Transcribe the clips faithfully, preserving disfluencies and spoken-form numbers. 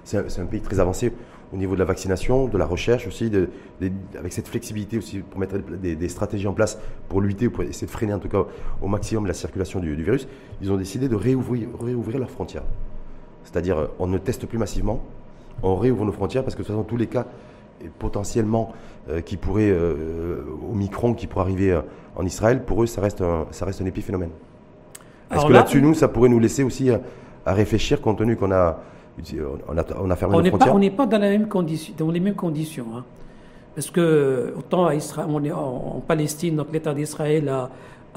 c'est un, un pays très avancé au niveau de la vaccination, de la recherche aussi, de, de, avec cette flexibilité aussi pour mettre des, des stratégies en place pour lutter, pour essayer de freiner en tout cas au maximum la circulation du, du virus. Ils ont décidé de réouvrir, réouvrir leurs frontières. C'est-à-dire, on ne teste plus massivement, on réouvre nos frontières parce que de toute façon, tous les cas potentiellement euh, qui pourraient, euh, Omicron, qui pourraient arriver euh, en Israël, pour eux, ça reste un, ça reste un épiphénomène. Est-ce que là, là-dessus, nous, ça pourrait nous laisser aussi à, à réfléchir, compte tenu qu'on a, on a, on a fermé on nos frontières? Pas, on n'est pas dans, la même condition, dans les mêmes conditions. Hein. Parce que, autant à Israël, on est en, en Palestine, donc l'État d'Israël a,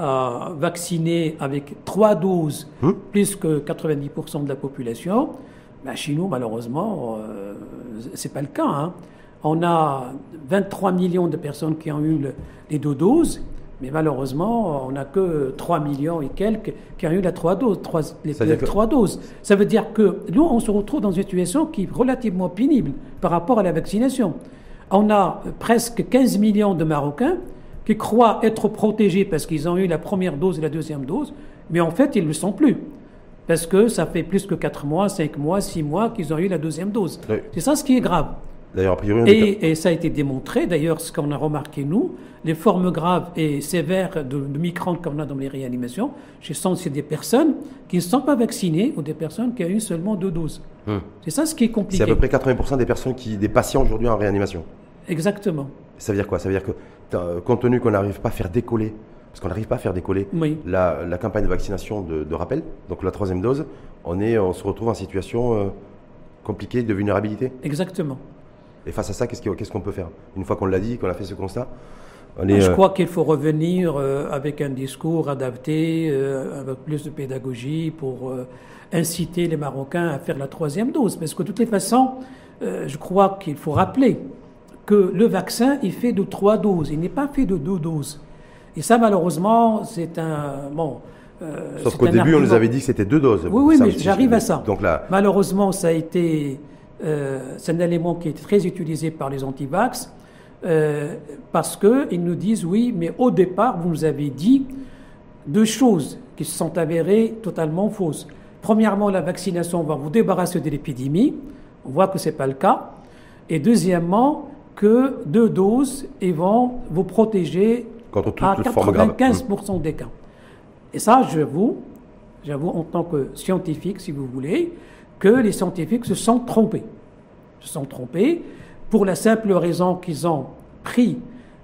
a vacciné avec trois doses, hum? plus que quatre-vingt-dix pour cent de la population. Ben, chez nous, malheureusement, euh, c'est pas le cas. Hein. On a vingt-trois millions de personnes qui ont eu le, les deux doses, mais malheureusement, on n'a que trois millions et quelques qui ont eu la trois doses, trois, les que... trois doses. Ça veut dire que nous, on se retrouve dans une situation qui est relativement pénible par rapport à la vaccination. On a presque quinze millions de Marocains qui croient être protégés parce qu'ils ont eu la première dose et la deuxième dose, mais en fait, ils ne le sont plus. Parce que ça fait plus que quatre mois, cinq mois, six mois qu'ils ont eu la deuxième dose. Oui. C'est ça ce qui est grave. D'ailleurs, a priori, et, et ça a été démontré, d'ailleurs, ce qu'on a remarqué, nous, les formes graves et sévères de, de Micron qu'on a dans les réanimations, ce sont des personnes qui ne sont pas vaccinées ou des personnes qui ont eu seulement deux doses. Hum. C'est ça ce qui est compliqué. C'est à peu près quatre-vingts pour cent des personnes, qui, des patients aujourd'hui en réanimation. Exactement. Ça veut dire quoi? Ça veut dire que, compte tenu qu'on n'arrive pas à faire décoller, parce qu'on n'arrive pas à faire décoller oui. la, la campagne de vaccination de, de rappel, donc la troisième dose, on, est, on se retrouve en situation euh, compliquée de vulnérabilité. Exactement. Et face à ça, qu'est-ce, qu'est-ce qu'on peut faire? Une fois qu'on l'a dit, qu'on a fait ce constat, on est, Je euh... crois qu'il faut revenir euh, avec un discours adapté, euh, avec plus de pédagogie pour euh, inciter les Marocains à faire la troisième dose. Parce que de toutes les façons, euh, je crois qu'il faut rappeler que le vaccin est fait de trois doses. Il n'est pas fait de deux doses. Et ça, malheureusement, c'est un... Bon, euh, Sauf qu'au début, argument. on nous avait dit que c'était deux doses. Oui, oui, mais j'arrive à ça. Donc là... Malheureusement, ça a été... Euh, c'est un élément qui est très utilisé par les anti-vax euh, parce qu'ils nous disent oui, mais au départ, vous nous avez dit deux choses qui se sont avérées totalement fausses. Premièrement, la vaccination va vous débarrasser de l'épidémie. On voit que ce n'est pas le cas. Et deuxièmement, que deux doses et vont vous protéger contre toute, à toute forme grave. quatre-vingt-quinze pour cent des cas. Et ça, j'avoue, j'avoue en tant que scientifique, si vous voulez, que les scientifiques se sont trompés. Se sont trompés pour la simple raison qu'ils ont pris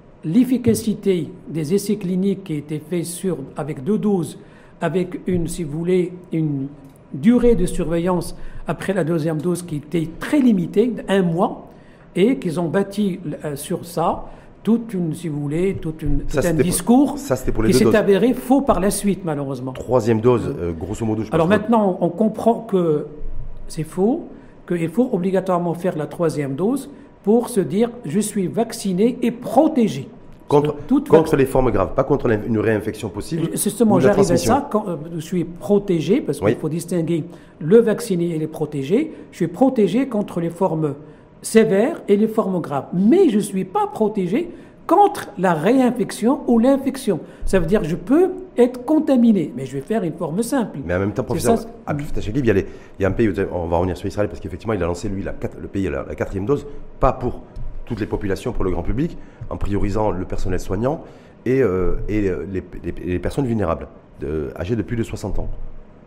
l'efficacité des essais cliniques qui étaient faits sur, avec deux doses, avec une, si vous voulez, une durée de surveillance après la deuxième dose qui était très limitée, un mois, et qu'ils ont bâti euh, sur ça toute une, si vous voulez, toute une, tout ça, un discours pour, ça, pour les qui s'est doses. avéré faux par la suite, malheureusement. Troisième dose, euh, grosso modo. Je Alors maintenant, on comprend que c'est faux, qu'il faut obligatoirement faire la troisième dose pour se dire « je suis vacciné et protégé ». Contre, contre les formes graves, pas contre une réinfection possible. Justement, j'arrive à ça, quand euh, je suis protégé, parce qu'il oui. faut distinguer le vacciné et les protégés. Je suis protégé contre les formes sévères et les formes graves. Mais je ne suis pas protégé contre la réinfection ou l'infection. Ça veut dire que je peux être contaminé, mais je vais faire une forme simple. Mais en même temps, professeur Abdel Fattah Chakib, il y a, les, il y a un pays, où, on va revenir sur Israël, parce qu'effectivement, il a lancé, lui, la, le pays, la, la quatrième dose, pas pour toutes les populations, pour le grand public, en priorisant le personnel soignant et, euh, et les, les, les personnes vulnérables, de, âgées de plus de soixante ans.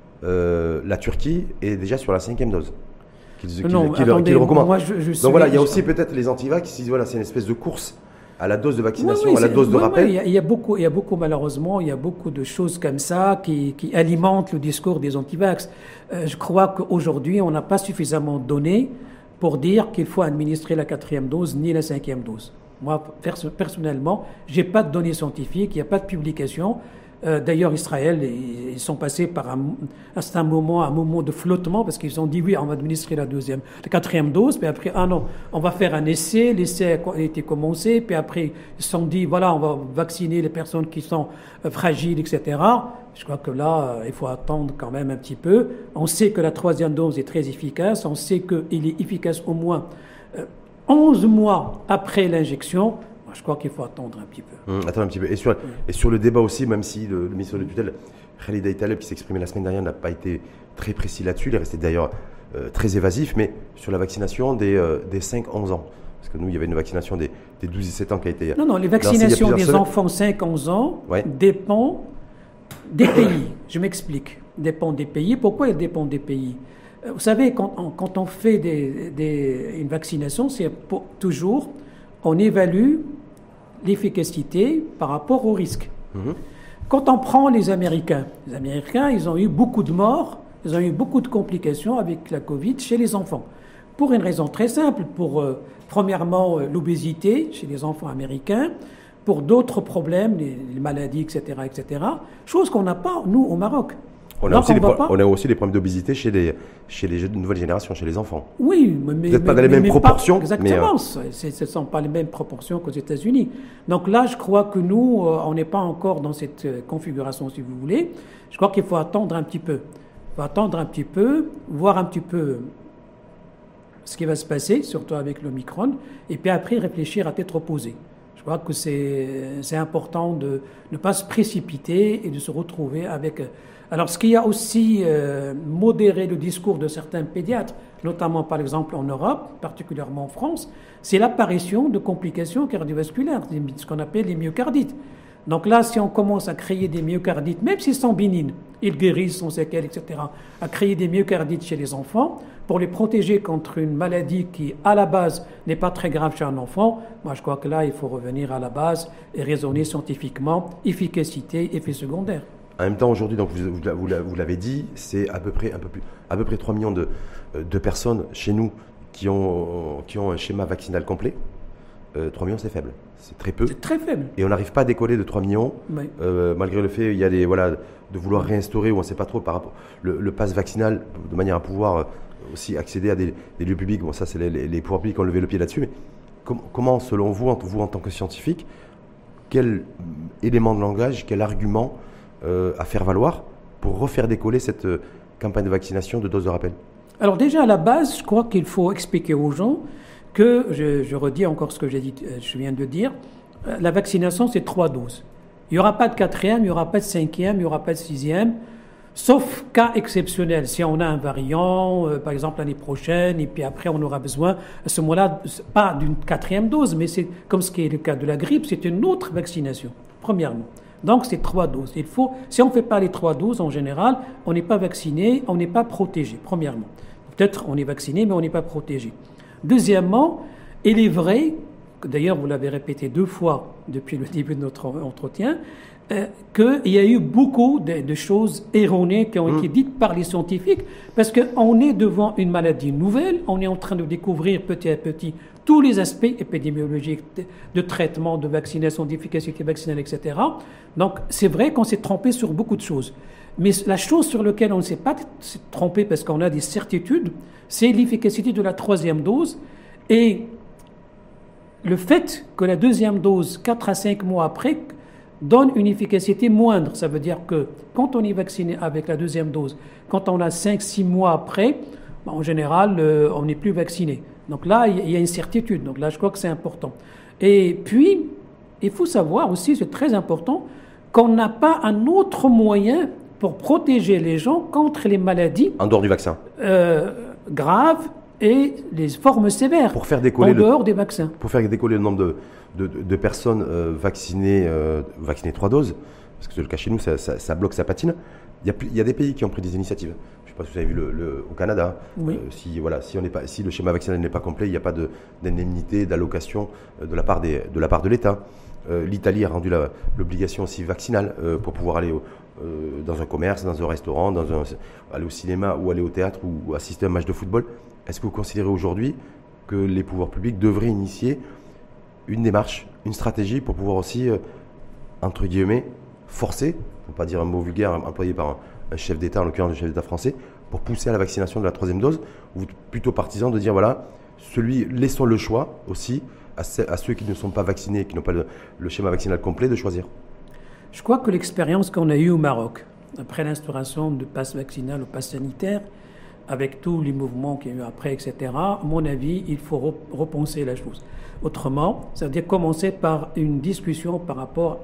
Euh, la Turquie est déjà sur la cinquième dose. Qu'il qu non, qu attendez, qu recommande. Moi, je, je Donc voilà, il y a aussi peut-être les anti-vax qui disent voilà, c'est une espèce de course à la dose de vaccination, oui, oui, à la dose de oui, rappel. Oui, il, y a, il, y a beaucoup, il y a beaucoup, malheureusement, il y a beaucoup de choses comme ça qui, qui alimentent le discours des anti-vax. Euh, je crois qu'aujourd'hui, on n'a pas suffisamment donné pour dire qu'il faut administrer la quatrième dose ni la cinquième dose. Moi, personnellement, je n'ai pas de données scientifiques, il n'y a pas de publication. Euh, D'ailleurs, Israël, ils, ils sont passés par un, à un moment, un moment de flottement parce qu'ils ont dit oui, on va administrer la deuxième, la quatrième dose, puis après, ah non, on va faire un essai, l'essai a été commencé, puis après, ils se sont dit voilà, on va vacciner les personnes qui sont euh, fragiles, et cetera. Je crois que là, euh, il faut attendre quand même un petit peu. On sait que la troisième dose est très efficace, on sait qu'il est efficace au moins euh, onze mois après l'injection. Je crois qu'il faut attendre un petit peu. Mmh, attendre un petit peu. Et sur, mmh. et sur le débat aussi, même si le, le ministre de tutelle, Khalid Taleb, qui s'est exprimé la semaine dernière, n'a pas été très précis là-dessus, il est resté d'ailleurs euh, très évasif, mais sur la vaccination des, euh, des cinq à onze ans. Parce que nous, il y avait une vaccination des, des douze et sept ans qui a été... Non, non, les vaccinations des semaines. enfants cinq à onze ans ouais. dépendent des pays. Je m'explique. Dépendent des pays. Pourquoi elles dépendent des pays? Vous savez, quand on, quand on fait des, des, une vaccination, c'est pour, toujours, on évalue l'efficacité par rapport au risque. Mm-hmm. Quand on prend les Américains, les Américains, ils ont eu beaucoup de morts, ils ont eu beaucoup de complications avec la Covid chez les enfants. Pour une raison très simple, pour euh, premièrement euh, l'obésité chez les enfants américains, pour d'autres problèmes, les, les maladies, et cetera, et cetera, chose qu'on n'a pas, nous, au Maroc. On a, aussi on, pro- on a aussi des problèmes d'obésité chez les, chez les nouvelles générations, chez les enfants. Oui, mais... Peut-être pas dans les mêmes proportions. Pas, exactement, mais euh... ce ne sont pas les mêmes proportions qu'aux États-Unis. Donc là, je crois que nous, euh, on n'est pas encore dans cette euh, configuration, si vous voulez. Je crois qu'il faut attendre un petit peu. Il faut attendre un petit peu, voir un petit peu ce qui va se passer, surtout avec l'Omicron, et puis après réfléchir à tête reposée. Je crois que c'est, c'est important de ne pas se précipiter et de se retrouver avec... Alors, ce qui a aussi euh, modéré le discours de certains pédiatres, notamment par exemple en Europe, particulièrement en France, c'est l'apparition de complications cardiovasculaires, ce qu'on appelle les myocardites. Donc là, si on commence à créer des myocardites, même s'ils sont bénignes, ils guérissent sans séquelles, et cetera, à créer des myocardites chez les enfants, pour les protéger contre une maladie qui, à la base, n'est pas très grave chez un enfant, moi je crois que là, il faut revenir à la base et raisonner scientifiquement, efficacité, effets secondaires. En même temps, aujourd'hui, donc vous, vous, vous l'avez dit, c'est à peu près, un peu plus, à peu près trois millions de, de personnes chez nous qui ont, qui ont un schéma vaccinal complet. Euh, trois millions, c'est faible. C'est très peu. C'est très faible. Et on n'arrive pas à décoller de trois millions, oui. euh, malgré le fait il y a des, voilà, de vouloir réinstaurer, ou on ne sait pas trop, par rapport le, le pass vaccinal, de manière à pouvoir aussi accéder à des, des lieux publics. Bon, ça, c'est les, les, les pouvoirs publics qui ont levé le pied là-dessus. Mais com- comment, selon vous, vous, en tant que scientifique, quel élément de langage, quel argument euh, à faire valoir pour refaire décoller cette euh, campagne de vaccination de doses de rappel? Alors déjà, à la base, je crois qu'il faut expliquer aux gens que, je, je redis encore ce que j'ai dit, je viens de dire, la vaccination, c'est trois doses. Il n'y aura pas de quatrième, il n'y aura pas de cinquième, il n'y aura pas de sixième, sauf cas exceptionnel. Si on a un variant, euh, par exemple l'année prochaine, et puis après on aura besoin, à ce moment-là, pas d'une quatrième dose, mais c'est comme ce qui est le cas de la grippe, c'est une autre vaccination, premièrement. Donc c'est trois doses. Il faut, si on ne fait pas les trois doses, en général, on n'est pas vacciné, on n'est pas protégé, premièrement. Peut-être on est vacciné, mais on n'est pas protégé. Deuxièmement, il est vrai, d'ailleurs vous l'avez répété deux fois depuis le début de notre entretien, euh, qu'il y a eu beaucoup de, de choses erronées qui ont mmh. été dites par les scientifiques, parce qu'on est devant une maladie nouvelle, on est en train de découvrir petit à petit tous les aspects épidémiologiques de, de traitement, de vaccination, d'efficacité vaccinale, et cetera. Donc c'est vrai qu'on s'est trompé sur beaucoup de choses. Mais la chose sur laquelle on ne s'est pas trompé parce qu'on a des certitudes, c'est l'efficacité de la troisième dose et le fait que la deuxième dose, quatre à cinq mois après, donne une efficacité moindre. Ça veut dire que quand on est vacciné avec la deuxième dose, quand on a cinq à six mois après, en général, euh, on n'est plus vacciné. Donc là, il y a une certitude. Donc là, je crois que c'est important. Et puis, il faut savoir aussi, c'est très important, qu'on n'a pas un autre moyen pour protéger les gens contre les maladies. En dehors du vaccin. Euh, graves et les formes sévères. Pour faire décoller en dehors le, des vaccins. Pour faire décoller le nombre de, de, de personnes euh, vaccinées, euh, vaccinées trois doses, parce que c'est le cas chez nous, ça, ça, ça bloque, ça patine. Il y, a, il y a des pays qui ont pris des initiatives. Je ne sais pas si vous avez vu le, le, au Canada. Oui. Euh, si, voilà, si, on n'est pas, si le schéma vaccinal n'est pas complet, il n'y a pas de, d'indemnité, d'allocation euh, de, la part des, de la part de l'État. Euh, L'Italie a rendu la, l'obligation aussi vaccinale euh, pour pouvoir aller au, euh, dans un commerce, dans un restaurant, dans un, aller au cinéma ou aller au théâtre ou, ou assister à un match de football. Est-ce que vous considérez aujourd'hui que les pouvoirs publics devraient initier une démarche, une stratégie pour pouvoir aussi, euh, entre guillemets, forcer, il ne faut pas dire un mot vulgaire employé par un, un chef d'État, en l'occurrence un chef d'État français, pour pousser à la vaccination de la troisième dose, ou plutôt partisan de dire, voilà, celui, laissons le choix aussi à, ce, à ceux qui ne sont pas vaccinés, qui n'ont pas le, le schéma vaccinal complet, de choisir. Je crois que l'expérience qu'on a eue au Maroc, après l'instauration du pass vaccinal au pass sanitaire, avec tous les mouvements qu'il y a eu après, et cetera, à mon avis, il faut repenser la chose. Autrement, c'est-à-dire commencer par une discussion par rapport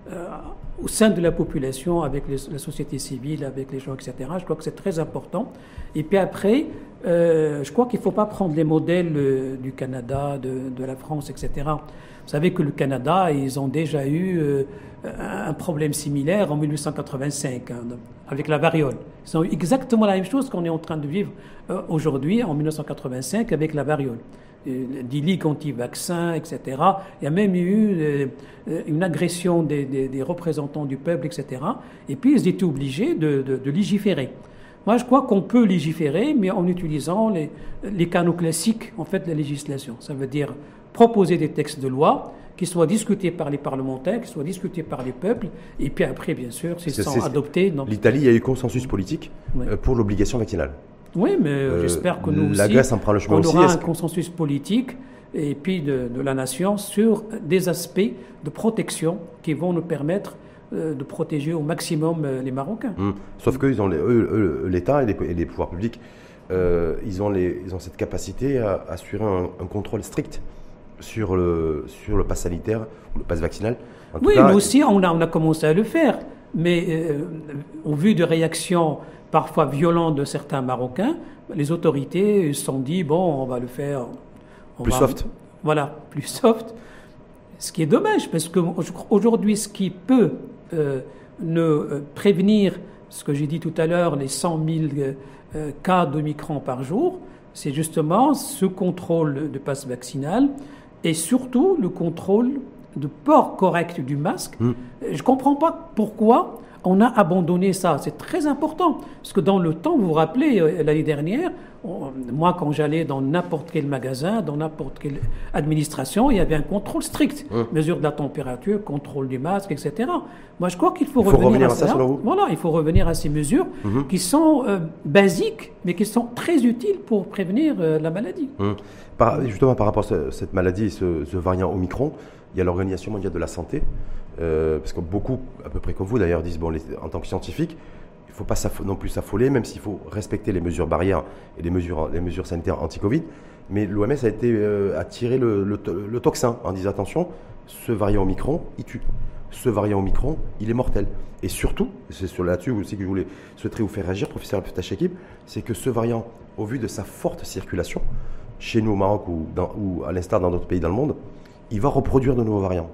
euh, au sein de la population, avec les, la société civile, avec les gens, et cetera. Je crois que c'est très important. Et puis après, euh, je crois qu'il ne faut pas prendre les modèles euh, du Canada, de, de la France, et cetera. Vous savez que le Canada, ils ont déjà eu euh, un problème similaire en mille huit cent quatre-vingt-cinq, hein, avec la variole. Ils ont eu exactement la même chose qu'on est en train de vivre euh, aujourd'hui, en mille neuf cent quatre-vingt-cinq, avec la variole. Des ligues anti-vaccins, et cetera. Il y a même eu euh, une agression des, des, des représentants du peuple, et cetera. Et puis, ils étaient obligés de, de, de légiférer. Moi, je crois qu'on peut légiférer, mais en utilisant les, les canaux classiques, en fait, de la législation. Ça veut dire proposer des textes de loi qui soient discutés par les parlementaires, qui soient discutés par les peuples, et puis après, bien sûr, s'ils sont adoptés. Donc... L'Italie, il y a eu consensus politique oui. pour l'obligation vaccinale. Oui, mais euh, j'espère que nous aussi, la Grèce en prend le chemin on aussi. aura un consensus politique et puis de, de la nation sur des aspects de protection qui vont nous permettre euh, de protéger au maximum euh, les Marocains. Mmh. Sauf que l'État et, et les pouvoirs publics, euh, ils, ont les, ils ont cette capacité à assurer un, un contrôle strict sur le, sur le pass sanitaire ou le pass vaccinal. En oui, cas, nous aussi, on a, on a commencé à le faire. Mais euh, au vu de réactions parfois violentes de certains Marocains, les autorités se sont dit, bon, on va le faire... On plus va, soft. Voilà, plus soft. Ce qui est dommage, parce qu'aujourd'hui, ce qui peut euh, nous euh, prévenir, ce que j'ai dit tout à l'heure, les cent mille euh, cas d'Omicron par jour, c'est justement ce contrôle de passe vaccinal et surtout le contrôle de port correct du masque. Mmh. Je ne comprends pas pourquoi on a abandonné ça. C'est très important. Parce que dans le temps, vous vous rappelez, l'année dernière, on, moi, quand j'allais dans n'importe quel magasin, dans n'importe quelle administration, il y avait un contrôle strict. Mmh. Mesure de la température, contrôle du masque, et cetera. Moi, je crois qu'il faut, il faut revenir, revenir à, à ça. ça. Selon vous. Voilà, il faut revenir à ces mesures mmh. qui sont euh, basiques, mais qui sont très utiles pour prévenir euh, la maladie. Mmh. Par, justement, par rapport à cette maladie, ce, ce variant Omicron, il y a l'Organisation mondiale de la santé, euh, parce que beaucoup, à peu près comme vous d'ailleurs, disent, bon, les, en tant que scientifiques, il ne faut pas non plus s'affoler, même s'il faut respecter les mesures barrières et les mesures, les mesures sanitaires anti-Covid. Mais l'O M S a, été, euh, a tiré le, le, le toxin en disant, attention, ce variant Omicron, il tue. Ce variant Omicron, il est mortel. Et surtout, c'est sur là-dessus aussi que je voulais, souhaiterais vous faire réagir, professeur Abdeltachekib, c'est que ce variant, au vu de sa forte circulation, chez nous au Maroc ou, dans, ou à l'instar dans d'autres pays dans le monde, il va reproduire de nouveaux variants.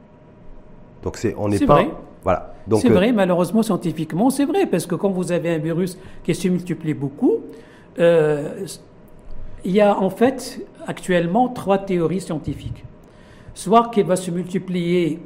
Donc c'est, on n'est pas... Vrai. Voilà. Donc, c'est euh, vrai, malheureusement, scientifiquement, c'est vrai, parce que quand vous avez un virus qui se multiplie beaucoup, euh, il y a en fait actuellement trois théories scientifiques. Soit qu'il va se multiplier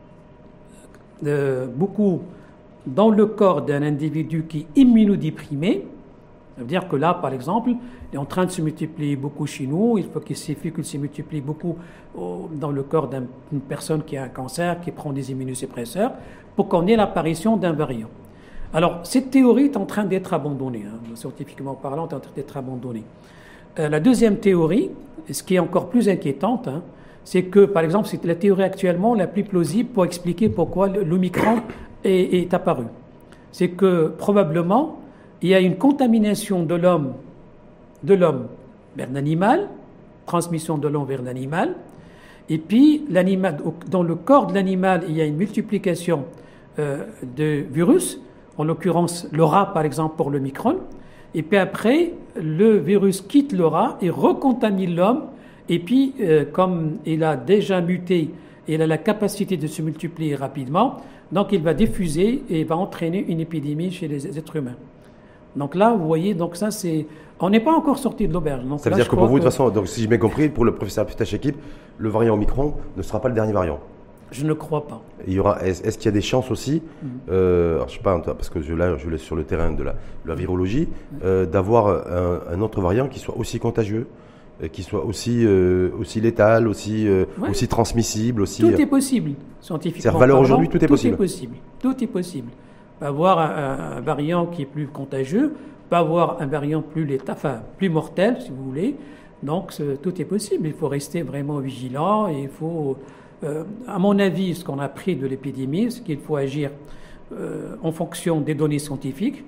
euh, beaucoup dans le corps d'un individu qui est immunodéprimé. Ça veut dire que là, par exemple, il est en train de se multiplier beaucoup chez nous. Il faut qu'il suffit qu'il se multiplie beaucoup dans le corps d'une personne qui a un cancer, qui prend des immunosuppresseurs, pour qu'on ait l'apparition d'un variant. Alors, cette théorie est en train d'être abandonnée, hein, scientifiquement parlant, est en train d'être abandonnée. Euh, la deuxième théorie, ce qui est encore plus inquiétante, hein, c'est que, par exemple, c'est la théorie actuellement la plus plausible pour expliquer pourquoi l'Omicron est, est apparu. C'est que, probablement, il y a une contamination de l'homme, de l'homme vers l'animal, transmission de l'homme vers l'animal, et puis l'animal, dans le corps de l'animal, il y a une multiplication euh, de virus, en l'occurrence le rat par exemple pour le Omicron, et puis après le virus quitte le rat et recontamine l'homme, et puis euh, comme il a déjà muté, il a la capacité de se multiplier rapidement, donc il va diffuser et va entraîner une épidémie chez les êtres humains. Donc là, vous voyez, donc ça c'est... On n'est pas encore sorti de l'auberge. Donc ça veut là, dire que pour vous, que... de toute façon, donc, si j'ai bien compris, pour le professeur Abdeltachekib, le variant Omicron ne sera pas le dernier variant. Je ne crois pas. Il y aura, est-ce, est-ce qu'il y a des chances aussi, mmh. euh, alors, je ne sais pas, parce que je, là, je laisse sur le terrain de la, de la virologie, mmh. euh, d'avoir un, un autre variant qui soit aussi contagieux, euh, qui soit aussi, euh, aussi létal, aussi, euh, ouais. aussi transmissible, aussi... Tout est possible, scientifiquement. C'est-à-dire, valeur aujourd'hui, tout est possible. Tout est possible. Tout est possible. Avoir un, un, un variant qui est plus contagieux, pas avoir un variant plus létal, enfin plus mortel, si vous voulez. Donc tout est possible. Il faut rester vraiment vigilant et il faut, euh, à mon avis, ce qu'on a appris de l'épidémie, c'est qu'il faut agir euh, en fonction des données scientifiques.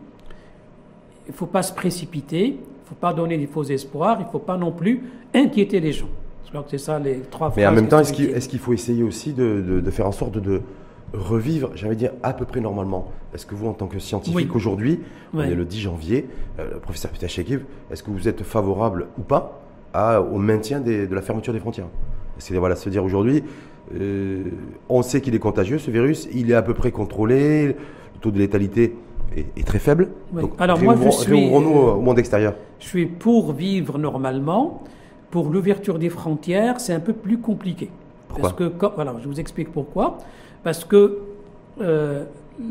Il ne faut pas se précipiter, il ne faut pas donner des faux espoirs, il ne faut pas non plus inquiéter les gens. Je crois que c'est ça les trois phrases. Mais en même temps, est-ce qu'il, est-ce qu'il faut essayer aussi de, de, de faire en sorte de, revivre, j'allais dire, à peu près normalement. Est-ce que vous, en tant que scientifique, oui. aujourd'hui, oui. on est le dix janvier, euh, le professeur Ptachekib, est-ce que vous êtes favorable ou pas à, au maintien des, de la fermeture des frontières? C'est voilà, se dire aujourd'hui, euh, on sait qu'il est contagieux, ce virus, il est à peu près contrôlé, le taux de létalité est, est très faible. Oui. Donc, alors moi, je suis, nous au monde extérieur. Je suis pour vivre normalement. Pour l'ouverture des frontières, c'est un peu plus compliqué. Pourquoi? Parce que, quand, voilà, je vous explique pourquoi. Parce que euh,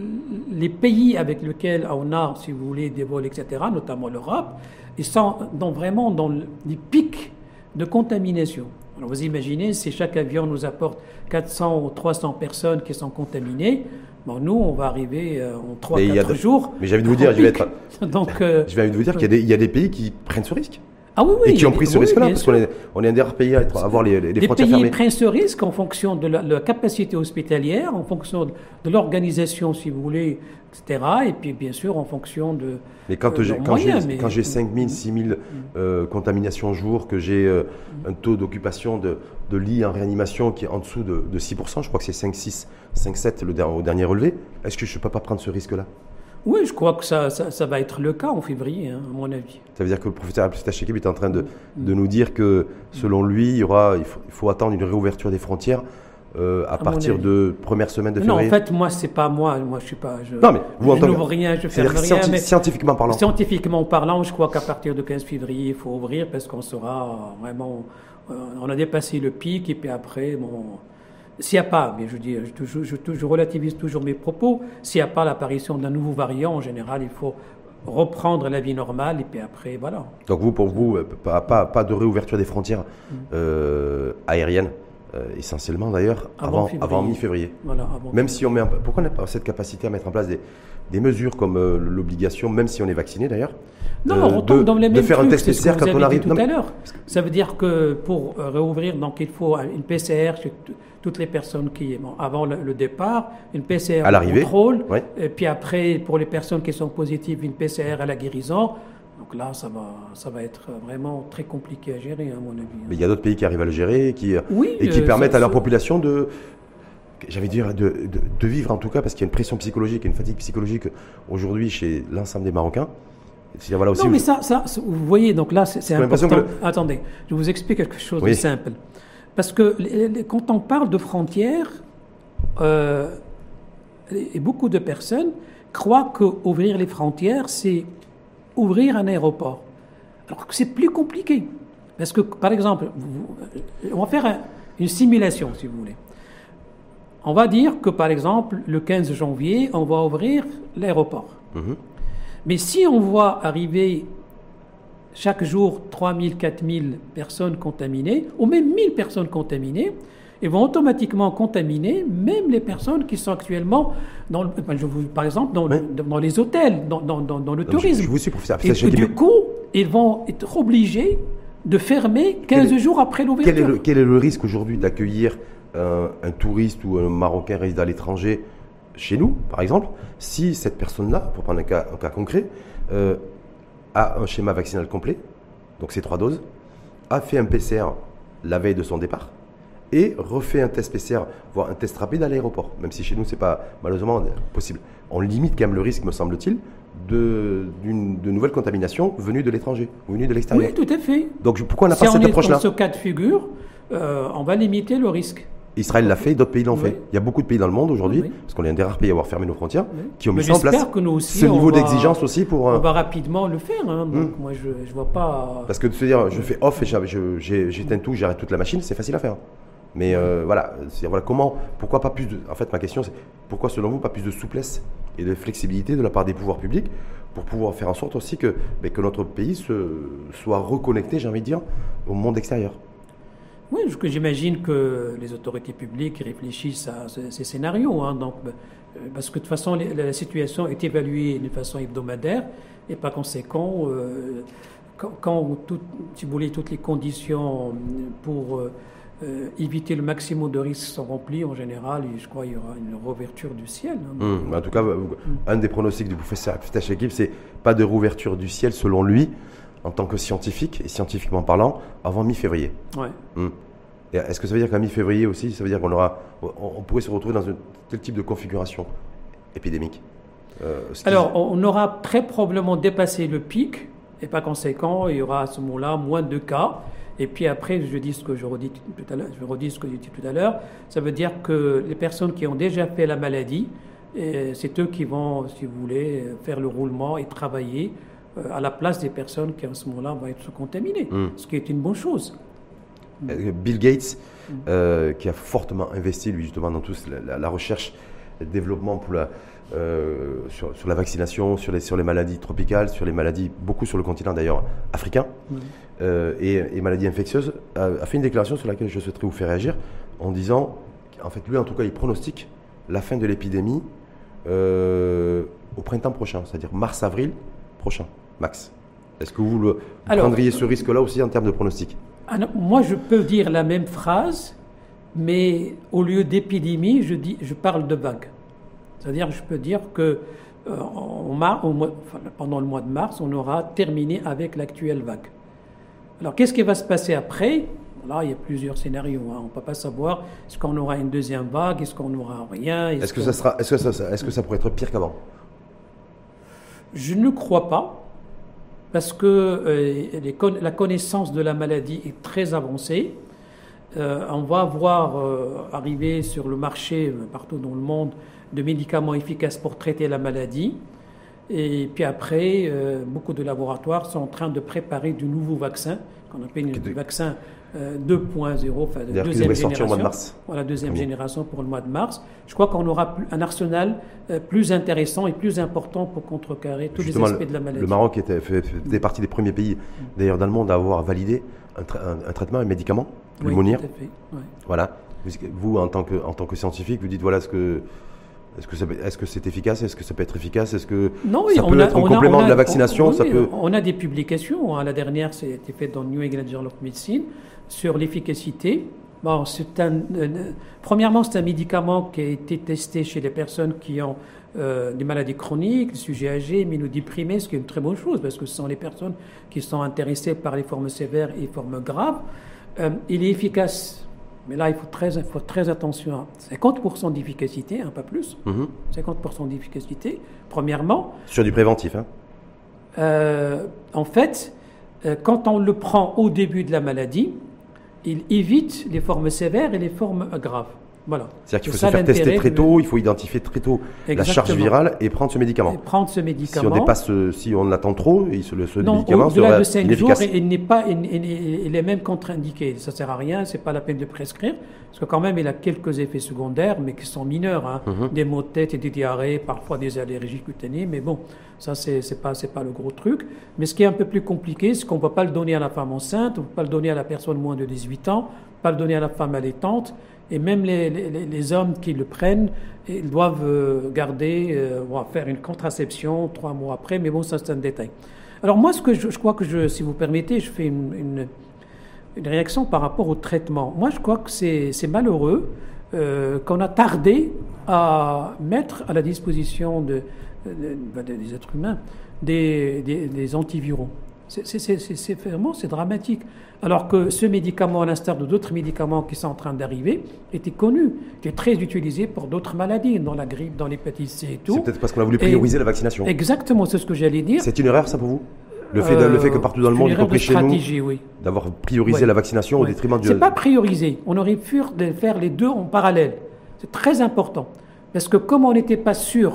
les pays avec lesquels on a, si vous voulez, des vols, et cetera, notamment l'Europe, ils sont dans, vraiment dans les pics de contamination. Alors vous imaginez, si chaque avion nous apporte quatre cents ou trois cents personnes qui sont contaminées, bon, nous, on va arriver euh, en trois à quatre jours. Mais j'ai envie de vous dire, je vais être, Donc, euh, je vais envie de vous dire qu'il y a, des, il y a des pays qui prennent ce risque. Ah oui, oui, et qui ont pris ce oui, risque-là, parce qu'on est, on est un des rares pays à être, avoir les, les frontières fermées. Les pays prennent ce risque en fonction de la, la capacité hospitalière, en fonction de, de l'organisation, si vous voulez, et cetera. Et puis, bien sûr, en fonction de. Mais quand euh, j'ai quand moyens, j'ai mais... quand j'ai cinq mille, six mille euh, contaminations au jour, que j'ai euh, un taux d'occupation de, de lits en réanimation qui est en dessous de, de six pour cent, je crois que c'est cinq, six, cinq, sept le, au dernier relevé, est-ce que je ne peux pas prendre ce risque-là? Oui, je crois que ça, ça, ça va être le cas en février, hein, à mon avis. Ça veut dire que le professeur Ptachekib est en train de, de nous dire que, selon lui, il, y aura, il, faut, il faut attendre une réouverture des frontières euh, à, à partir de première semaine de février. Non, en fait, moi, c'est pas moi. Moi, je suis pas. Je, non, mais vous je n'ouvre rien, je ferme rien. Scienti mais scientifiquement parlant. Scientifiquement parlant, je crois qu'à partir du quinze février, il faut ouvrir parce qu'on sera vraiment. Euh, on a dépassé le pic et puis après, bon. S'il n'y a pas, mais je dis, je, je, je, je relativise toujours mes propos, s'il n'y a pas l'apparition d'un nouveau variant, en général, il faut reprendre la vie normale et puis après, voilà. Donc vous, pour vous, pas, pas, pas de réouverture des frontières mmh. euh, aériennes, euh, essentiellement d'ailleurs, avant, avant, avant mi-février. Voilà, avant même si on met, un, pourquoi on n'a pas cette capacité à mettre en place des, des mesures comme euh, l'obligation, même si on est vacciné d'ailleurs, non, on retombe de, dans les mêmes de faire trucs, un test P C R quand on arrive tout à l'heure. Ça veut dire que pour euh, réouvrir, donc il faut une P C R chez toutes les personnes qui, bon, avant le, le départ, une P C R à l'arrivée, contrôle, ouais. Et puis après, pour les personnes qui sont positives, une P C R à la guérison. Donc là, ça va, ça va être vraiment très compliqué à gérer, à mon avis. Mais il y a d'autres pays qui arrivent à le gérer qui, oui, et qui euh, permettent ça, à leur ça... population de... J'avais dire de, de, de vivre en tout cas, parce qu'il y a une pression psychologique, une fatigue psychologique aujourd'hui chez l'ensemble des Marocains. Voilà aussi non, mais ça, ça, vous voyez, donc là, c'est important. Le... Attendez, je vous explique quelque chose oui. de simple. Parce que les, les, quand on parle de frontières, euh, et beaucoup de personnes croient qu'ouvrir les frontières, c'est ouvrir un aéroport. Alors que c'est plus compliqué. Parce que, par exemple, vous, on va faire un, une simulation, si vous voulez. On va dire que, par exemple, le quinze janvier, on va ouvrir l'aéroport. Mm-hmm. Mais si on voit arriver chaque jour trois mille, quatre mille personnes contaminées, ou même mille personnes contaminées, ils vont automatiquement contaminer même les personnes qui sont actuellement, dans le, je vous, par exemple, dans, oui. le, dans les hôtels, dans, dans, dans, dans le Donc tourisme. Je, je vous suis, professeur. Et, et du coup, ils vont être obligés de fermer quinze quel, jours après l'ouverture. Quel est le, quel est le risque aujourd'hui d'accueillir euh, un touriste ou un Marocain résident à l'étranger chez nous, par exemple, si cette personne-là, pour prendre un cas, un cas concret, euh, a un schéma vaccinal complet, donc c'est trois doses, a fait un P C R la veille de son départ et refait un test P C R, voire un test rapide à l'aéroport, même si chez nous, ce n'est pas malheureusement possible. On limite quand même le risque, me semble-t-il, de, de nouvelles contaminations venues de l'étranger, venues de l'extérieur. Oui, tout à fait. Donc pourquoi on n'a si pas cette approche-là? Si on est dans ce cas de figure, euh, on va limiter le risque. Israël l'a fait, d'autres pays l'ont oui. fait. Il y a beaucoup de pays dans le monde aujourd'hui, oui. parce qu'on est un des rares pays à avoir fermé nos frontières, oui. qui ont mis ça en place que nous aussi, ce niveau d'exigence va, aussi pour... On va rapidement le faire, hein, donc hum. moi je ne vois pas... Parce que de se dire, je fais off et j'éteins tout, j'arrête toute la machine, c'est facile à faire. Mais euh, voilà, voilà, comment, pourquoi pas plus de... En fait, ma question c'est, pourquoi selon vous pas plus de souplesse et de flexibilité de la part des pouvoirs publics pour pouvoir faire en sorte aussi que, ben, que notre pays se, soit reconnecté, j'ai envie de dire, au monde extérieur? Oui, j'imagine que les autorités publiques réfléchissent à ces scénarios. Hein, donc, parce que de toute façon, la situation est évaluée de façon hebdomadaire et par conséquent, euh, quand, quand tout, si vous voulez, toutes les conditions pour euh, éviter le maximum de risques sont remplies, en général, je crois qu'il y aura une réouverture du ciel. Hein, mmh, en tout cas, mmh. un des pronostics du professeur Ptachekib, c'est pas de réouverture du ciel selon lui, en tant que scientifique, et scientifiquement parlant, avant mi-février. Ouais. Mmh. Et est-ce que ça veut dire qu'à mi-février aussi, ça veut dire qu'on aura, on, on pourrait se retrouver dans une, quel type de configuration épidémique? euh, Alors, on aura très probablement dépassé le pic, et par conséquent, il y aura à ce moment-là moins de cas. Et puis après, je dis ce que je redis tout à l'heure, je redis ce que j'ai dit tout à l'heure, ça veut dire que les personnes qui ont déjà fait la maladie, c'est eux qui vont, si vous voulez, faire le roulement et travailler à la place des personnes qui, à ce moment-là, vont être contaminées, mmh. ce qui est une bonne chose. Bill Gates, mmh. euh, qui a fortement investi, lui, justement, dans tout la, la recherche et le développement pour la, euh, sur, sur la vaccination, sur les, sur les maladies tropicales, sur les maladies, beaucoup sur le continent d'ailleurs africain, mmh. euh, et, et maladies infectieuses, a, a fait une déclaration sur laquelle je souhaiterais vous faire réagir, en disant, en fait, lui, en tout cas, il pronostique la fin de l'épidémie euh, au printemps prochain, c'est-à-dire mars-avril prochain, max. Est-ce que vous, le, vous Alors, prendriez ce risque-là aussi en termes de pronostic? Alors, moi, je peux dire la même phrase, mais au lieu d'épidémie, je, dis, je parle de vague. C'est-à-dire que je peux dire que euh, en mar- au mois, enfin, pendant le mois de mars, on aura terminé avec l'actuelle vague. Alors, qu'est-ce qui va se passer après? Là, il y a plusieurs scénarios. Hein. On ne peut pas savoir est-ce qu'on aura une deuxième vague, est-ce qu'on n'aura rien. Est-ce, est-ce que, ça sera, est-ce, que ça, est-ce que ça pourrait être pire qu'avant? Je ne crois pas. Parce que euh, les con- la connaissance de la maladie est très avancée. Euh, on va voir euh, arriver sur le marché, euh, partout dans le monde, de médicaments efficaces pour traiter la maladie. Et puis après, euh, beaucoup de laboratoires sont en train de préparer de nouveaux vaccins, qu'on appelle le vaccin euh, deux point zéro, enfin de deuxième génération. Au mois de mars. Voilà, deuxième génération pour le mois de mars. Je crois qu'on aura un arsenal euh, plus intéressant et plus important pour contrecarrer tous Justement, les aspects de la maladie. Le Maroc était, fait, fait partie des premiers pays, d'ailleurs dans le monde, à avoir validé un, tra- un, un traitement, un médicament, pulmonaire. Oui, tout à fait. Ouais. Voilà. Vous, en tant que, en tant que scientifique, vous dites voilà ce que. Est-ce que, ça, est-ce que c'est efficace? Est-ce que ça peut être efficace? Est-ce que non, oui, ça peut a, être un complément a, de la vaccination? on, ça oui, peut... on a des publications. Hein. La dernière, c'était faite dans New England Journal of Medicine sur l'efficacité. Bon, c'est un, euh, premièrement, c'est un médicament qui a été testé chez les personnes qui ont euh, des maladies chroniques, des sujets âgés, immunodéprimés, ce qui est une très bonne chose parce que ce sont les personnes qui sont intéressées par les formes sévères et les formes graves. Euh, il est efficace. Mais là, il faut très, il faut très attention. cinquante pour cent d'efficacité, hein, pas plus. Mm-hmm. cinquante pour cent d'efficacité, premièrement. Sur du préventif, hein euh, En fait, euh, quand on le prend au début de la maladie, il évite les formes sévères et les formes graves. Voilà. C'est-à-dire qu'il faut se faire tester très tôt, il faut identifier très tôt Exactement. la charge virale et prendre ce médicament. Et prendre ce médicament. Si on dépasse, si on l'attend trop, ce, ce non, médicament au-delà sera de cinq inefficace. jours, il n'est pas, il, il, il est même contre-indiqué. Ça sert à rien, c'est pas la peine de prescrire, parce que quand même, il a quelques effets secondaires, mais qui sont mineurs, hein. mm-hmm. des maux de tête et des diarrhées, parfois des allergies cutanées, mais bon, ça c'est, c'est pas, c'est pas le gros truc. Mais ce qui est un peu plus compliqué, c'est qu'on ne peut pas le donner à la femme enceinte, on ne peut pas le donner à la personne moins de dix-huit ans, pas le donner à la femme allaitante. Et même les, les, les hommes qui le prennent, ils doivent garder, euh, faire une contraception trois mois après, mais bon, ça c'est un détail. Alors moi, ce que je, je crois que, je, si vous permettez, je fais une, une, une réaction par rapport au traitement. Moi, je crois que c'est, c'est malheureux euh, qu'on a tardé à mettre à la disposition de, de, de, des êtres humains des, des, des antiviraux. C'est, c'est, c'est, c'est vraiment c'est dramatique. Alors que ce médicament, à l'instar de d'autres médicaments qui sont en train d'arriver, était connu, était très utilisé pour d'autres maladies, dans la grippe, dans l'hépatite C et tout. C'est peut-être parce qu'on a voulu prioriser et la vaccination. Exactement, c'est ce que j'allais dire. C'est une erreur, ça, pour vous? Le fait, de, euh, le fait que partout dans le monde, y compris chez nous, oui. d'avoir priorisé oui. la vaccination oui. au détriment du... C'est pas priorisé. On aurait pu faire les deux en parallèle. C'est très important. Parce que comme on n'était pas sûr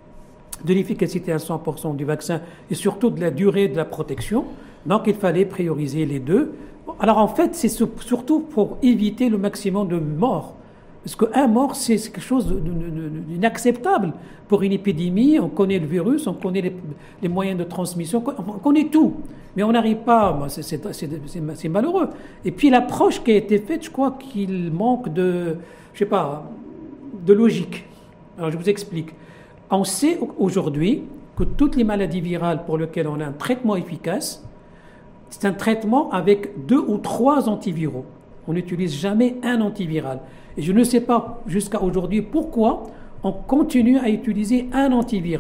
de l'efficacité à cent pour cent du vaccin et surtout de la durée de la protection, donc il fallait prioriser les deux. Alors en fait, c'est surtout pour éviter le maximum de morts. Parce qu'un mort, c'est quelque chose d'inacceptable pour une épidémie. On connaît le virus, on connaît les, les moyens de transmission, on connaît tout. Mais on n'arrive pas, c'est, c'est, c'est, c'est malheureux. Et puis l'approche qui a été faite, je crois qu'il manque de, je sais pas, de logique. Alors je vous explique. On sait aujourd'hui que toutes les maladies virales pour lesquelles on a un traitement efficace, c'est un traitement avec deux ou trois antiviraux. On n'utilise jamais un antiviral. Et je ne sais pas jusqu'à aujourd'hui pourquoi on continue à utiliser un antiviral.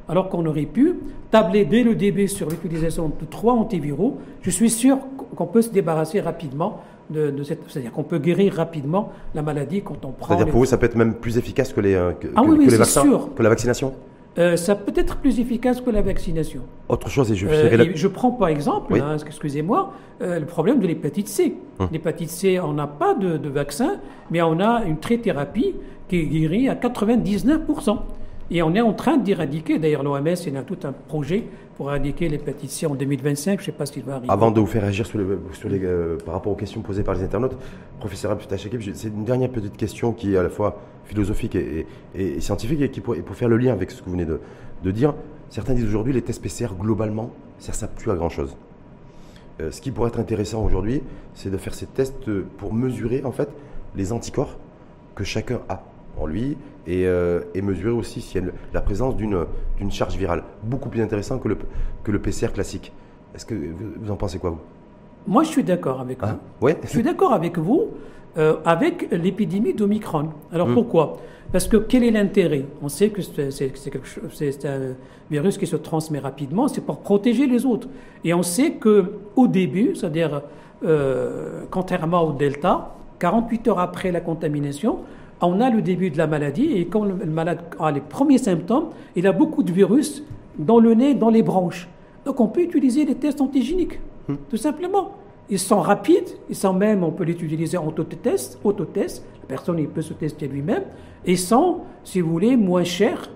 alors qu'on aurait pu tabler dès le début sur l'utilisation de trois antiviraux. Je suis sûr qu'on peut se débarrasser rapidement de, de cette... C'est-à-dire qu'on peut guérir rapidement la maladie quand on prend... C'est-à-dire les... pour vous, ça peut être même plus efficace que les, euh, que, ah, que, oui, oui, que les vaccins, sûr. que la vaccination? Euh, ça peut être plus efficace que la vaccination. Autre chose, et je, euh, la... et je prends par exemple, oui. hein, excusez-moi, euh, le problème de l'hépatite C. Hum. L'hépatite C, on n'a pas de, de vaccin, mais on a une trithérapie qui guérit à quatre-vingt-dix-neuf pour cent. Et on est en train d'éradiquer, d'ailleurs l'O M S, il y a tout un projet pour éradiquer l'hépatite C en deux mille vingt-cinq, je ne sais pas s'il va arriver. Avant de vous faire réagir sur les, sur les, euh, par rapport aux questions posées par les internautes, professeur Abdel-Chakib, c'est une dernière petite question qui est à la fois philosophique et, et, et scientifique et qui pour, et pour faire le lien avec ce que vous venez de, de dire. Certains disent aujourd'hui les tests P C R globalement, ça ne sert plus à grand chose. Euh, ce qui pourrait être intéressant aujourd'hui, c'est de faire ces tests pour mesurer en fait les anticorps que chacun a en lui et, euh, et mesurer aussi s'il y a la présence d'une d'une charge virale. Beaucoup plus intéressant que le, que le P C R classique. Est-ce que vous, vous en pensez quoi, vous? Moi, je suis d'accord avec ah, vous. Ouais. Je suis d'accord avec vous euh, avec l'épidémie d'Omicron. Alors, mmh. pourquoi? Parce que quel est l'intérêt? On sait que c'est, c'est, c'est, quelque chose, c'est un virus qui se transmet rapidement, c'est pour protéger les autres. Et on sait qu'au début, c'est-à-dire euh, contrairement au Delta, quarante-huit heures après la contamination, on a le début de la maladie et quand le malade a les premiers symptômes, il a beaucoup de virus dans le nez, dans les branches. Donc on peut utiliser les tests antigéniques, mmh. tout simplement. Ils sont rapides, ils sont même, on peut les utiliser en autotest, autotest. La personne il peut se tester lui-même. Et ils sont, si vous voulez, moins chers.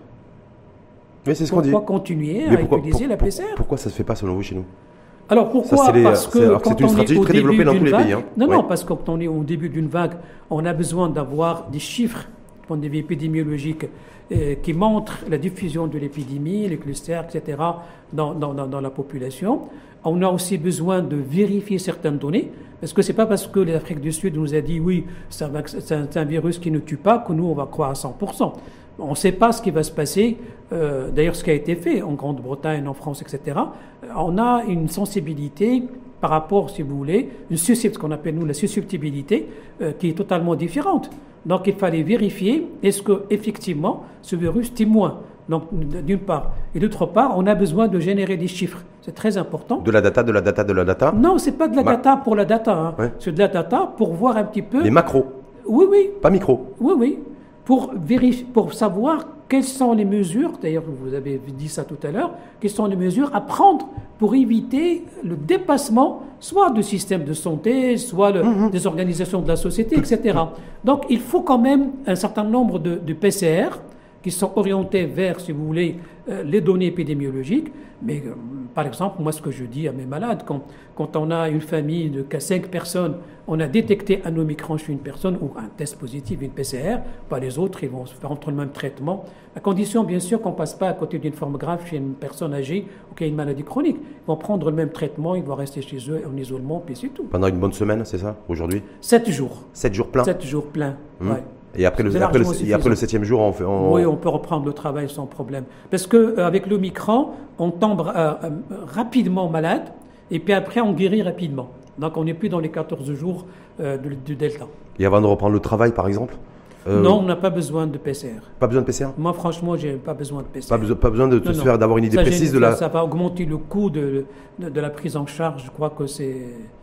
Mais c'est ce qu'on dit. Pourquoi continuer Mais à pourquoi, utiliser pour, la P C R? Pourquoi ça ne se fait pas selon vous chez nous? Alors pourquoi? Ça, les, Parce que alors quand c'est une on stratégie est au très début développée dans tous les vague, pays. Hein. Non, ouais. non, parce que quand on est au début d'une vague, on a besoin d'avoir des chiffres, du point de vue épidémiologique, euh, qui montrent la diffusion de l'épidémie, les clusters, et cetera, dans, dans, dans, dans la population. On a aussi besoin de vérifier certaines données, parce que ce n'est pas parce que l'Afrique du Sud nous a dit oui, c'est un, c'est un virus qui ne tue pas que nous, on va croire à cent pour cent. On ne sait pas ce qui va se passer. Euh, d'ailleurs, ce qui a été fait en Grande-Bretagne, en France, et cetera. On a une sensibilité par rapport, si vous voulez, une susceptibilité, ce qu'on appelle nous la susceptibilité, euh, qui est totalement différente. Donc, il fallait vérifier est-ce que effectivement ce virus tue moins. Donc, d'une part. Et d'autre part, on a besoin de générer des chiffres. C'est très important. De la data, de la data, de la data? Non, c'est pas de la Ma... data pour la data. Hein. Ouais. C'est de la data pour voir un petit peu... Les macros? Oui, oui. Pas micro? Oui, oui. Pour, vérifier, pour savoir quelles sont les mesures, d'ailleurs vous avez dit ça tout à l'heure, quelles sont les mesures à prendre pour éviter le dépassement soit du système de santé, soit le, mmh. des organisations de la société, et cetera. Donc il faut quand même un certain nombre de, de P C R qui sont orientés vers, si vous voulez, euh, les données épidémiologiques. Mais euh, par exemple, moi ce que je dis à mes malades, quand, quand on a une famille de cinq personnes, on a détecté un Omicron chez une personne ou un test positif, une P C R, pas les autres, ils vont se faire entre le même traitement. À condition, bien sûr, qu'on ne passe pas à côté d'une forme grave chez une personne âgée ou qui a une maladie chronique. Ils vont prendre le même traitement, ils vont rester chez eux en isolement, puis c'est tout. Pendant une bonne semaine, c'est ça, aujourd'hui? Sept jours. Sept jours pleins? Sept jours pleins, mmh. ouais. Et après le, après, le, et après le septième jour, on fait... On... Oui, on peut reprendre le travail sans problème. Parce qu'avec euh, l'Omicron, on tombe euh, euh, rapidement malade, et puis après, on guérit rapidement. Donc, on n'est plus dans les quatorze jours euh, du, du Delta. Et avant de reprendre le travail, par exemple euh... Non, on n'a pas besoin de P C R. Pas besoin de P C R? Moi, franchement, je n'ai pas besoin de P C R. Pas, beso pas besoin de te faire d'avoir une idée ça, précise de la... Ça va augmenter le coût de, de, de la prise en charge. Je crois que c'est...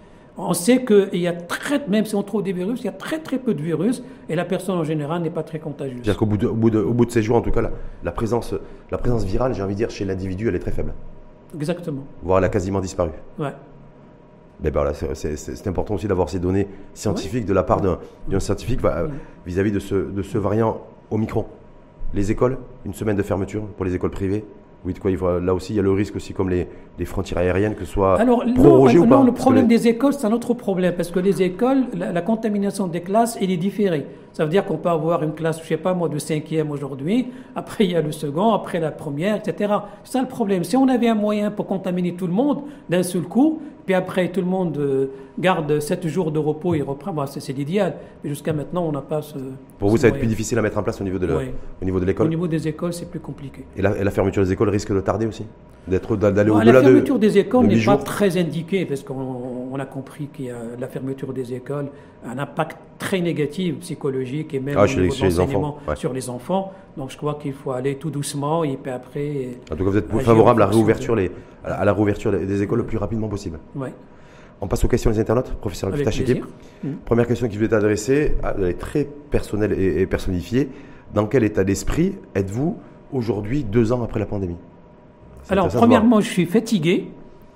On sait qu'il y a très, même si on trouve des virus, il y a très très peu de virus et la personne en général n'est pas très contagieuse. C'est-à-dire qu'au bout de, au bout de, au bout de ces jours, en tout cas, la, la, présence, la présence virale, j'ai envie de dire, chez l'individu, elle est très faible. Exactement. Voire elle a quasiment disparu. Ouais. Mais ben voilà, c'est important aussi d'avoir ces données scientifiques ouais. de la part d'un ouais. scientifique vis-à-vis -vis de, ce, de ce variant Omicron. Les écoles, une semaine de fermeture pour les écoles privées. Oui, de quoi il faut, là aussi, il y a le risque aussi, comme les, les frontières aériennes, que ce soit Alors, prorogé non, ou pas. Non, le problème les... des écoles, c'est un autre problème, parce que les écoles, la, la contamination des classes, elle est différée. Ça veut dire qu'on peut avoir une classe, je ne sais pas moi, de cinquième aujourd'hui, après il y a le second, après la première, et cetera. C'est ça le problème. Si on avait un moyen pour contaminer tout le monde d'un seul coup, puis après tout le monde euh, garde sept jours de repos et reprend, bon, c'est l'idéal. Mais jusqu'à maintenant, on n'a pas ce... Pour vous, ce ça va moyen. être plus difficile à mettre en place au niveau de oui. l'école? Au niveau des écoles, c'est plus compliqué. Et la, et la fermeture des écoles risque de tarder aussi? D'être d'aller bon, au-delà de... La fermeture de, des écoles n'est pas jours. très indiquée, parce qu'on on a compris qu'il y a la fermeture des écoles un impact très négatif psychologique épidémiologique et même ah, au chez niveau les, de enfants, l'enseignement ouais. sur les enfants. Donc je crois qu'il faut aller tout doucement et puis après... En tout cas, vous êtes favorable à la réouverture, les, à la réouverture des écoles le plus rapidement possible. Oui. On passe aux questions des internautes, professeur Avec Al-Fettah Chekib. Mmh. Première question qui vous est adressée, elle est très personnelle et, et personnifiée. Dans quel état d'esprit êtes-vous aujourd'hui, deux ans après la pandémie? Alors, premièrement, je suis fatigué.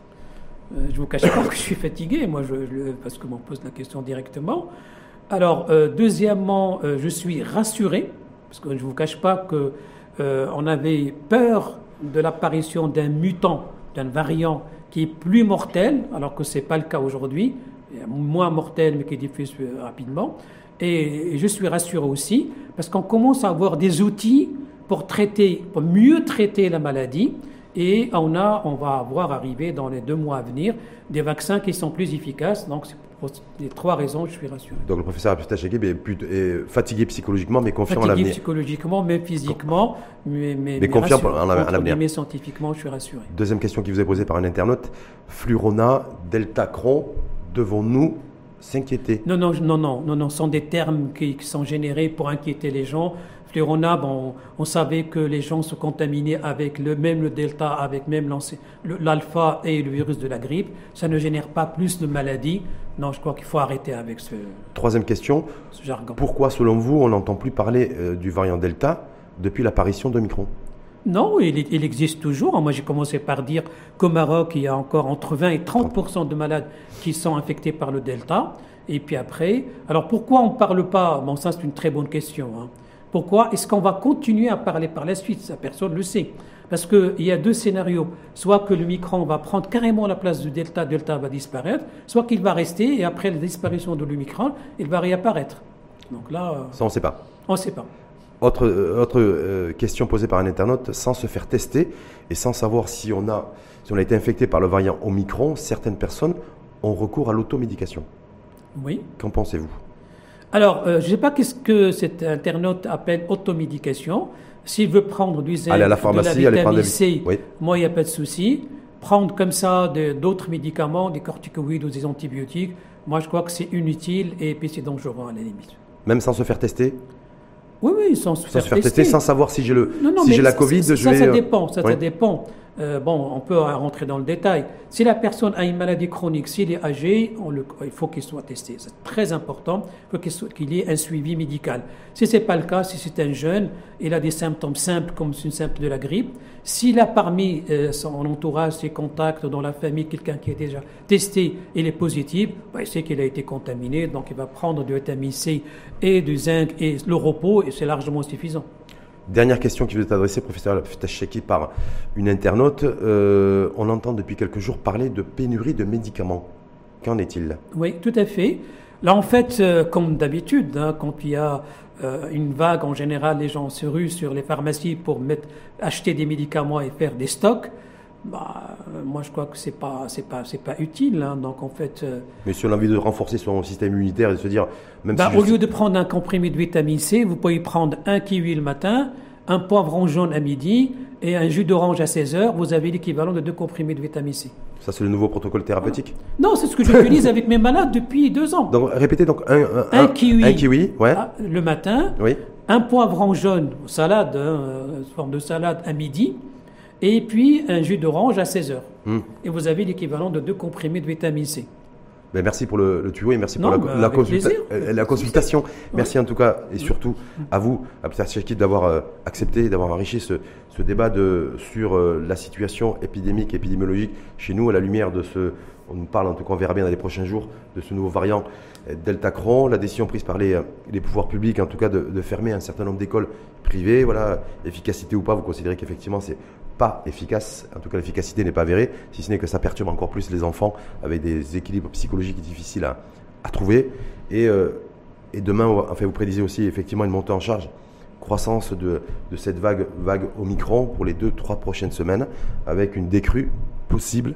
Euh, je ne vous cache pas que je suis fatigué, moi, je, je, parce que m'on pose la question directement. Alors, euh, deuxièmement, euh, je suis rassuré, parce que je ne vous cache pas qu'on euh, avait peur de l'apparition d'un mutant, d'un variant qui est plus mortel, alors que ce n'est pas le cas aujourd'hui, moins mortel, mais qui diffuse rapidement. Et, et je suis rassuré aussi, parce qu'on commence à avoir des outils pour traiter, pour mieux traiter la maladie. Et on, a, on va avoir arrivé dans les deux mois à venir des vaccins qui sont plus efficaces. Donc, c'est pour les trois raisons, je suis rassuré. Donc, le professeur Al-Fettah Chekib est, est fatigué psychologiquement, mais confiant fatigué en l'avenir. Fatigué psychologiquement, même physiquement, mais, mais, mais confiant rassuré, en l'avenir. Mais scientifiquement, je suis rassuré. Deuxième question qui vous est posée par un internaute. Flurona, Deltacron, devons-nous s'inquiéter? Non, non, non, non, non, non, ce sont des termes qui, qui sont générés pour inquiéter les gens. Flurona, bon, on savait que les gens se contaminaient avec le, même le delta, avec même l'alpha et le virus de la grippe. Ça ne génère pas plus de maladies. Non, je crois qu'il faut arrêter avec ce, Troisième question. ce jargon. Pourquoi, selon vous, on n'entend plus parler euh, du variant delta depuis l'apparition d'Omicron? Non, il, il existe toujours. Moi, j'ai commencé par dire qu'au Maroc, il y a encore entre vingt et trente pour cent de malades qui sont infectés par le delta. Et puis après, alors pourquoi on ne parle pas? Bon, ça, c'est une très bonne question. Hein. Pourquoi est-ce qu'on va continuer à parler par la suite? Ça, personne ne le sait. Parce qu'il y a deux scénarios. Soit que le Omicron va prendre carrément la place du Delta, Delta va disparaître, soit qu'il va rester et après la disparition de l'Omicron, il va réapparaître. Donc là... Ça, on ne sait pas. On ne sait pas. Autre, euh, autre euh, question posée par un internaute, sans se faire tester et sans savoir si on a, si on a été infecté par le variant Omicron, certaines personnes ont recours à l'automédication. Oui. Qu'en pensez-vous? Alors, euh, je ne sais pas qu'est-ce que cet internaute appelle automédication. S'il veut prendre du zinc, aller à la pharmacie, de la aller prendre vitamine C, oui. moi, il n'y a pas de souci. Prendre comme ça de, d'autres médicaments, des corticoïdes ou des antibiotiques, moi, je crois que c'est inutile et puis c'est dangereux à la limite. Même sans se faire tester? Oui, oui, sans se sans faire, se faire tester. tester, sans savoir si j'ai, le, non, non, si j'ai la ça, Covid, ça, je ça, vais... ça dépend, ça, oui. ça dépend. Euh, bon, on peut rentrer dans le détail. Si la personne a une maladie chronique, s'il est âgé, on le, il faut qu'il soit testé. C'est très important. Il faut qu'il, soit, qu'il y ait un suivi médical. Si ce n'est pas le cas, si c'est un jeune, il a des symptômes simples comme une simple de la grippe. S'il a parmi euh, son entourage, ses contacts, dans la famille, quelqu'un qui est déjà testé, il est positif, bah, il sait qu'il a été contaminé, donc il va prendre du vitamine C et du zinc et le repos, et c'est largement suffisant. Dernière question qui vous est adressée, professeur Al-Fettah Chekib, par une internaute. Euh, on entend depuis quelques jours parler de pénurie de médicaments. Qu'en est-il? Oui, tout à fait. Là, en fait, euh, comme d'habitude, hein, quand il y a euh, une vague, en général, les gens se ruent sur les pharmacies pour mettre, acheter des médicaments et faire des stocks. Bah, euh, moi, je crois que c'est pas, c'est pas, c'est pas utile. Hein. Donc, en fait. Euh, Mais si on a envie de renforcer son système immunitaire et de se dire, même bah, si au je... lieu de prendre un comprimé de vitamine C, vous pouvez prendre un kiwi le matin, un poivron jaune à midi et un jus d'orange à seize heures. Vous avez l'équivalent de deux comprimés de vitamine C. Ça, c'est le nouveau protocole thérapeutique? Non, c'est ce que j'utilise avec mes malades depuis deux ans. Donc, répétez donc un, un, un, un kiwi, un kiwi ouais. le matin, oui. un poivron jaune, salade, hein, forme de salade à midi, et puis un jus d'orange à seize heures. Mm. Et vous avez l'équivalent de deux comprimés de vitamine C. Ben merci pour le, le tuyau et merci non, pour la, bah, la, consulta plaisir. la consultation. Ouais. Merci en tout cas et surtout à vous, à Al-Fettah Chekib, d'avoir euh, accepté, d'avoir enrichi ce, ce débat de, sur euh, la situation épidémique, épidémiologique chez nous à la lumière de ce, on nous parle en tout cas, on verra bien dans les prochains jours, de ce nouveau variant euh, Deltacron, la décision prise par les, les pouvoirs publics en tout cas de, de fermer un certain nombre d'écoles privées. Voilà, efficacité ou pas, vous considérez qu'effectivement c'est pas efficace, en tout cas l'efficacité n'est pas avérée, si ce n'est que ça perturbe encore plus les enfants avec des équilibres psychologiques difficiles à, à trouver. Et, euh, et demain, enfin vous prédisez aussi effectivement une montée en charge, croissance de, de cette vague, vague Omicron pour les deux, trois prochaines semaines, avec une décrue possible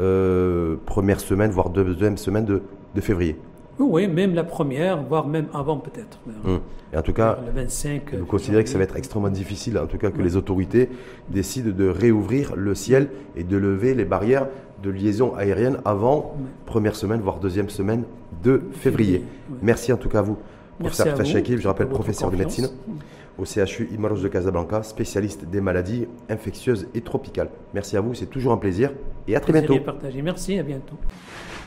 euh, première semaine, voire deuxième semaine de, de février. Oui, même la première, voire même avant peut-être. Hum. Et en tout cas, le vingt-cinq, vous considérez que ça va être extrêmement difficile, en tout cas que oui. les autorités décident de réouvrir le ciel et de lever les barrières de liaison aérienne avant oui. première semaine, voire deuxième semaine de février. Oui. Merci en tout cas à vous. Professeur Merci à Akhtar vous Chakib, je rappelle pour votre professeur de confiance. médecine au C H U Ibn Marrouch de Casablanca, spécialiste des maladies infectieuses et tropicales. Merci à vous, c'est toujours un plaisir et à très Plaisir bientôt. est partagé. Merci, à bientôt.